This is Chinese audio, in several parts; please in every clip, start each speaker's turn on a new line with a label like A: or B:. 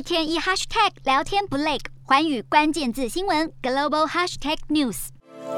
A: 天一 hashtag 聊天不累，寰宇关键字新闻 global hashtag news。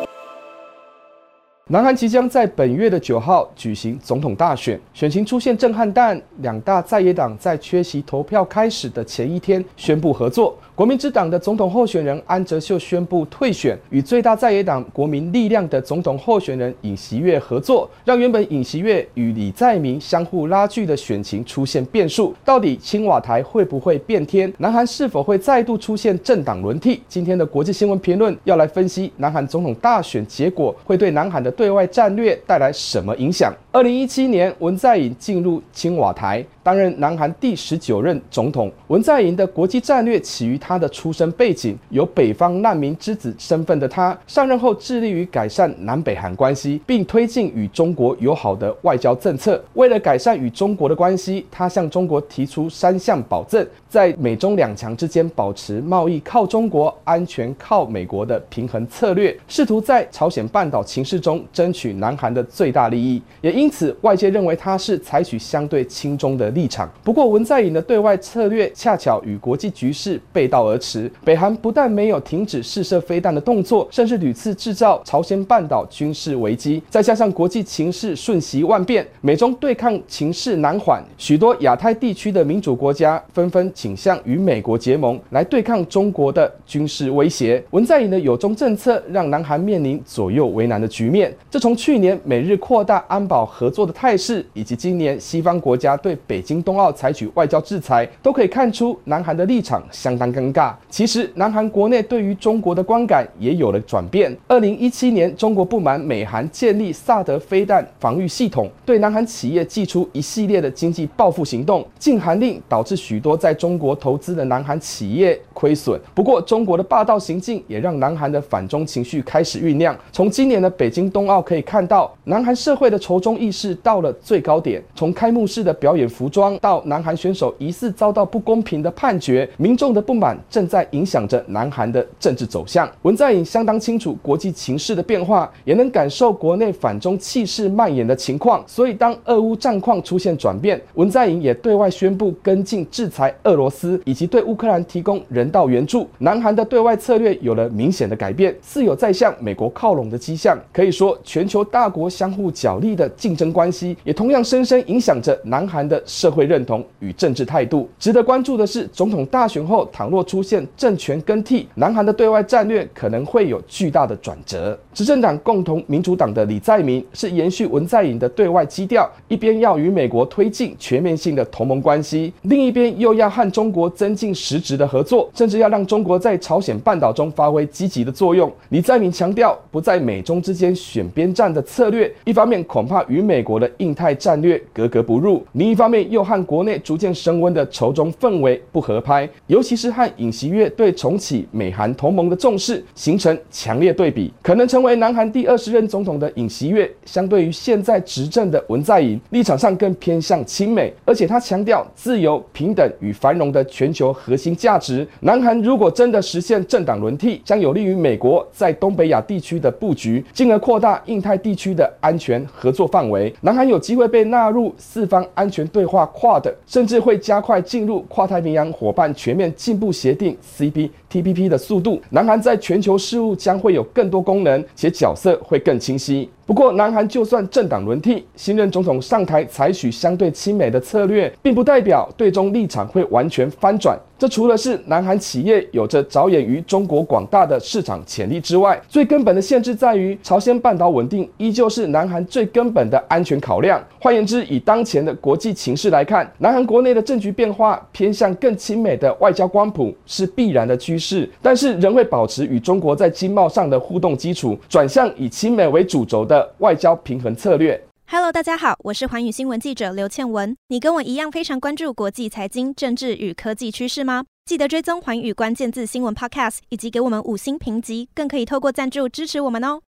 B: 南韩即将在本月的9号举行总统大选，选情出现震撼弹，两大在野党在缺席投票开始的前一天宣布合作。国民之党的总统候选人安哲秀宣布退选，与最大在野党国民力量的总统候选人尹锡悦合作，让原本尹锡悦与李在明相互拉锯的选情出现变数。到底青瓦台会不会变天？南韩是否会再度出现政党轮替？今天的国际新闻评论要来分析南韩总统大选结果会对南韩的对外战略带来什么影响？2017年，文在寅进入青瓦台，担任南韩第19任总统。文在寅的国际战略起于他的出身背景，有北方难民之子身份的他，上任后致力于改善南北韩关系，并推进与中国友好的外交政策。为了改善与中国的关系，他向中国提出3项保证，在美中两强之间保持贸易靠中国、安全靠美国的平衡策略，试图在朝鲜半岛情势中争取南韩的最大利益。也因此，外界认为他是采取相对亲中的立场。不过，文在寅的对外策略恰巧与国际局势背道而驰。北韩不但没有停止试射飞弹的动作，甚至屡次制造朝鲜半岛军事危机。再加上国际情势瞬息万变，美中对抗情势难缓，许多亚太地区的民主国家纷纷倾向与美国结盟，来对抗中国的军事威胁。文在寅的友中政策让南韩面临左右为难的局面。这从去年美日扩大安保合作的态势，以及今年西方国家对北京冬奥采取外交制裁，都可以看出南韩的立场相当尴尬。其实，南韩国内对于中国的观感也有了转变。2017年，中国不满美韩建立萨德飞弹防御系统，对南韩企业祭出一系列的经济报复行动，禁韩令导致许多在中国投资的南韩企业亏损。不过，中国的霸道行径也让南韩的反中情绪开始酝酿。从今年的北京冬奥可以看到，南韩社会的仇中意识到了最高点。从开幕式的表演服装到南韩选手疑似遭到不公平的判决，民众的不满正在影响着南韩的政治走向。文在寅相当清楚国际情势的变化，也能感受国内反中气势蔓延的情况，所以当俄乌战况出现转变，文在寅也对外宣布跟进制裁俄罗斯，以及对乌克兰提供人道援助。南韩的对外策略有了明显的改变，似有在向美国靠拢的迹象。可以说，全球大国相互角力的竞争关系，也同样深深影响着南韩的社会认同与政治态度。值得关注的是，总统大选后，倘若出现政权更替，南韩的对外战略可能会有巨大的转折。执政党共同民主党的李在明是延续文在寅的对外基调，一边要与美国推进全面性的同盟关系，另一边又要和中国增进实质的合作，甚至要让中国在朝鲜半岛中发挥积极的作用。李在明强调不在美中之间选边站的策略，一方面恐怕与美国的印太战略格格不入，另一方面又和国内逐渐升温的仇中氛围不合拍，尤其是和尹锡悦对重启美韩同盟的重视形成强烈对比。可能成为南韩第20任总统的尹锡悦，相对于现在执政的文在寅，立场上更偏向亲美，而且他强调自由、平等与繁荣的全球核心价值。南韩如果真的实现政党轮替，将有利于美国在东北亚地区的布局，进而扩大印太地区的安全合作范围。南韩有机会被纳入四方安全对话QUAD，甚至会加快进入跨太平洋伙伴全面进步协定 CPTPP 的速度。南韩在全球事务将会有更多功能，且角色会更清晰。不过，南韩就算政党轮替，新任总统上台采取相对亲美的策略，并不代表对中立场会完全翻转。这除了是南韩企业有着着眼于中国广大的市场潜力之外，最根本的限制在于朝鲜半岛稳定依旧是南韩最根本的安全考量。换言之，以当前的国际情势来看，南韩国内的政局变化偏向更亲美的外交光谱是必然的趋势，但是仍会保持与中国在经贸上的互动基础，转向以亲美为主轴的外交平衡策略。
C: Hello， 大家好，我是寰宇新闻记者刘倩文。你跟我一样非常关注国际财经、政治与科技趋势吗？记得追踪寰宇关键字新闻 Podcast， 以及给我们5星评级，更可以透过赞助支持我们哦。